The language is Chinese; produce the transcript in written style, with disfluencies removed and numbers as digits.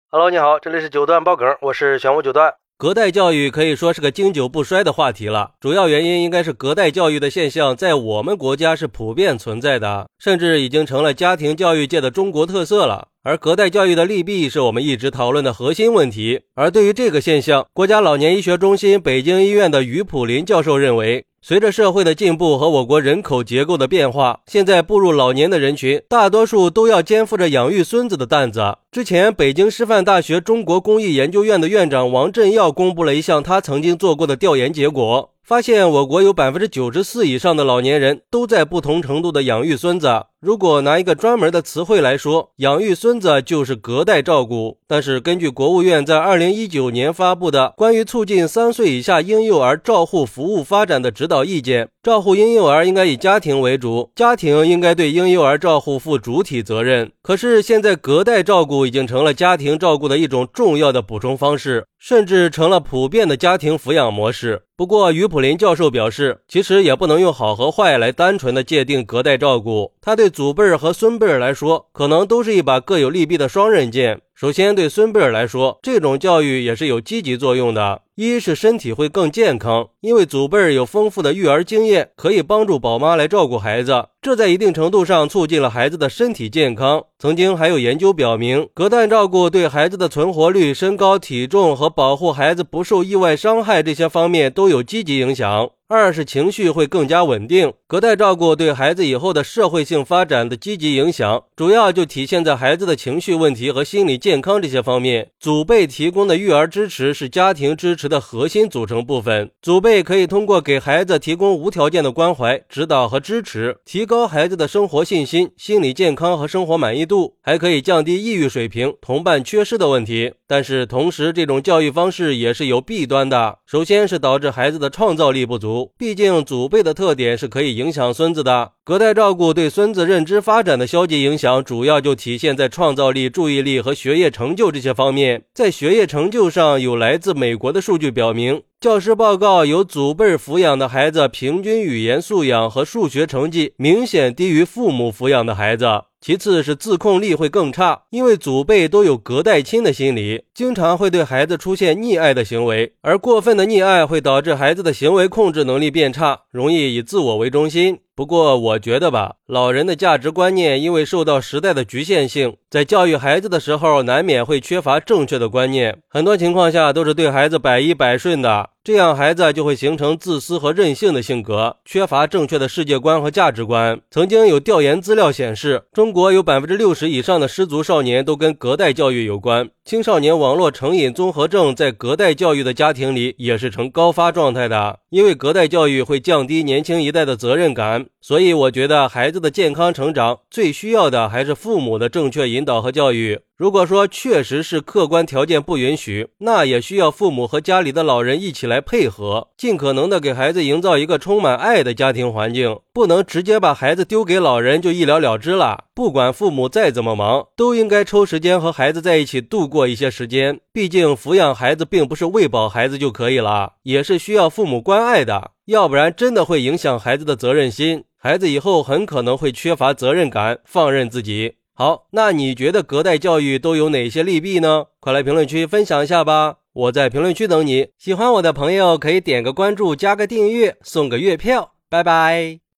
Hello，你好，这里是九段爆梗，我是玄武九段。 隔代教育可以说是个经久不衰的话题了，主要原因应该是隔代教育的现象在我们国家是普遍存在的，甚至已经成了家庭教育界的中国特色了。而隔代教育的利弊是我们一直讨论的核心问题。而对于这个现象，国家老年医学中心北京医院的于普林教授认为，随着社会的进步和我国人口结构的变化，现在步入老年的人群大多数都要肩负着养育孙子的担子。之前北京师范大学中国公益研究院的院长王振耀公布了一项他曾经做过的调研结果，发现我国有 94% 以上的老年人都在不同程度的养育孙子。如果拿一个专门的词汇来说，养育孙子就是隔代照顾。但是根据国务院在2019年发布的关于促进3岁以下婴幼儿照护服务发展的指导意见，照护婴幼儿应该以家庭为主，家庭应该对婴幼儿照护负主体责任。可是现在隔代照顾已经成了家庭照顾的一种重要的补充方式，甚至成了普遍的家庭抚养模式。不过于普林教授表示，其实也不能用好和坏来单纯的界定隔代照顾，他对祖辈儿和孙辈儿来说，可能都是一把各有利弊的双刃剑。首先对孙辈儿来说，这种教育也是有积极作用的。一是身体会更健康，因为祖辈儿有丰富的育儿经验，可以帮助宝妈来照顾孩子，这在一定程度上促进了孩子的身体健康。曾经还有研究表明，隔代照顾对孩子的存活率、身高体重和保护孩子不受意外伤害这些方面都有积极影响。二是情绪会更加稳定，隔代照顾对孩子以后的社会性发展的积极影响，主要就体现在孩子的情绪问题和心理健康这些方面。祖辈提供的育儿支持是家庭支持的核心组成部分，祖辈可以通过给孩子提供无条件的关怀、指导和支持，提高孩子的生活信心、心理健康和生活满意度，还可以降低抑郁水平、同伴缺失的问题。但是同时，这种教育方式也是有弊端的，首先是导致孩子的创造力不足，毕竟祖辈的特点是可以影响孙子的。隔代照顾对孙子认知发展的消极影响，主要就体现在创造力、注意力和学业成就这些方面。在学业成就上，有来自美国的数据表明，教师报告有祖辈抚养的孩子平均语言素养和数学成绩明显低于父母抚养的孩子。其次是自控力会更差，因为祖辈都有隔代亲的心理，经常会对孩子出现溺爱的行为，而过分的溺爱会导致孩子的行为控制能力变差，容易以自我为中心。不过我觉得吧，老人的价值观念因为受到时代的局限性，在教育孩子的时候难免会缺乏正确的观念，很多情况下都是对孩子百依百顺的，这样孩子就会形成自私和任性的性格，缺乏正确的世界观和价值观。曾经有调研资料显示，中国有 60% 以上的失足少年都跟隔代教育有关，青少年网络成瘾综合症在隔代教育的家庭里也是呈高发状态的，因为隔代教育会降低年轻一代的责任感。所以我觉得孩子的健康成长最需要的还是父母的正确引导和教育。如果说确实是客观条件不允许，那也需要父母和家里的老人一起来配合，尽可能的给孩子营造一个充满爱的家庭环境，不能直接把孩子丢给老人就一了了之了。不管父母再怎么忙，都应该抽时间和孩子在一起度过一些时间，毕竟抚养孩子并不是喂饱孩子就可以了，也是需要父母关爱的，要不然真的会影响孩子的责任心，孩子以后很可能会缺乏责任感，放任自己。好，那你觉得隔代教育都有哪些利弊呢？快来评论区分享一下吧，我在评论区等你。喜欢我的朋友可以点个关注，加个订阅，送个月票，拜拜。